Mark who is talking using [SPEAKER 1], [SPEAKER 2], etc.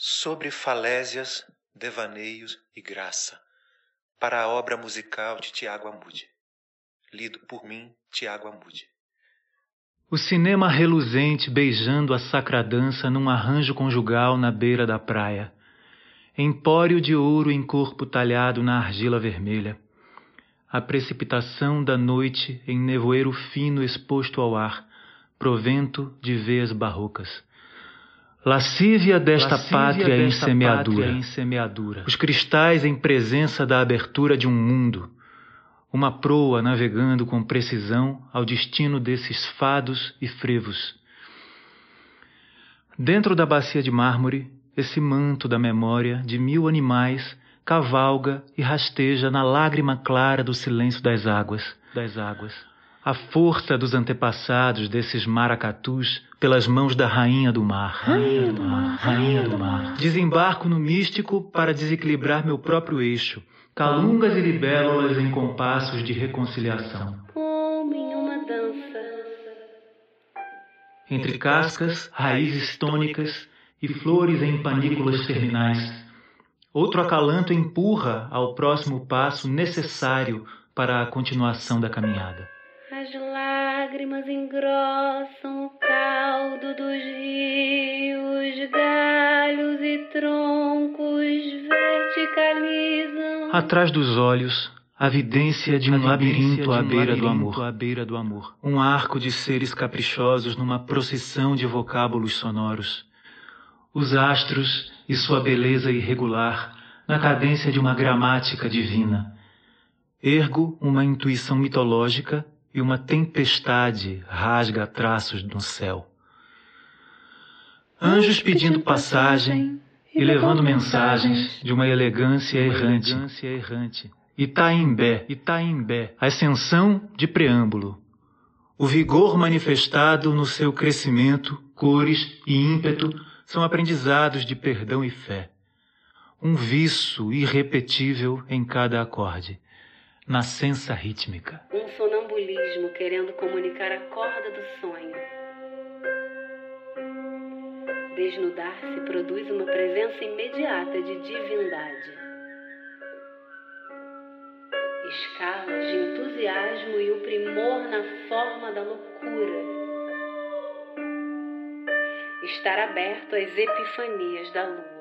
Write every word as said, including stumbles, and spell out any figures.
[SPEAKER 1] sobre falésias, devaneios e graça, para a obra musical de Tiago Amude. Lido por mim, Tiago Amude.
[SPEAKER 2] O cinema reluzente beijando a sacra dança num arranjo conjugal na beira da praia. Empório de ouro em corpo talhado na argila vermelha. A precipitação da noite em nevoeiro fino exposto ao ar, provento de veias barrocas. Lascívia desta
[SPEAKER 3] Lascívia
[SPEAKER 2] pátria,
[SPEAKER 3] desta
[SPEAKER 2] em, semeadura.
[SPEAKER 3] pátria em semeadura.
[SPEAKER 2] Os cristais em presença da abertura de um mundo. Uma proa navegando com precisão ao destino desses fados e frevos. Dentro da bacia de mármore, esse manto da memória de mil animais cavalga e rasteja na lágrima clara do silêncio das águas, das águas. A força dos antepassados desses maracatus pelas mãos da rainha do mar.
[SPEAKER 3] Rainha do mar, rainha do mar.
[SPEAKER 2] Desembarco no místico para desequilibrar meu próprio eixo. Calungas e libélulas em compassos de reconciliação.
[SPEAKER 4] Como em uma dança.
[SPEAKER 2] Entre cascas, raízes tônicas e flores em panículas terminais. Outro acalanto empurra ao próximo passo necessário para a continuação da caminhada.
[SPEAKER 4] As lágrimas engrossam o caldo dos rios, galhos e troncos verticalizam.
[SPEAKER 2] Atrás dos olhos, a vidência de um
[SPEAKER 3] A
[SPEAKER 2] labirinto
[SPEAKER 3] vidência
[SPEAKER 2] à
[SPEAKER 3] de um
[SPEAKER 2] beira do
[SPEAKER 3] labirinto
[SPEAKER 2] amor.
[SPEAKER 3] à beira do amor.
[SPEAKER 2] Um arco de seres caprichosos numa procissão de vocábulos sonoros. Os astros e sua beleza irregular na cadência de uma gramática divina. Ergo uma intuição mitológica e uma tempestade rasga traços no céu. Anjos pedindo passagem e levando mensagens de uma elegância errante.
[SPEAKER 3] Elegância errante.
[SPEAKER 2] Itaimbé,
[SPEAKER 3] Itaimbé.
[SPEAKER 2] ascensão de preâmbulo. O vigor manifestado no seu crescimento, cores e ímpeto são aprendizados de perdão e fé. Um viço irrepetível em cada acorde. Nascença rítmica.
[SPEAKER 4] Um sonambulismo querendo comunicar a corda do sonho. Desnudar-se produz uma presença imediata de divindade. Escalas de entusiasmo e o primor na forma da loucura. Estar aberto às epifanias da lua.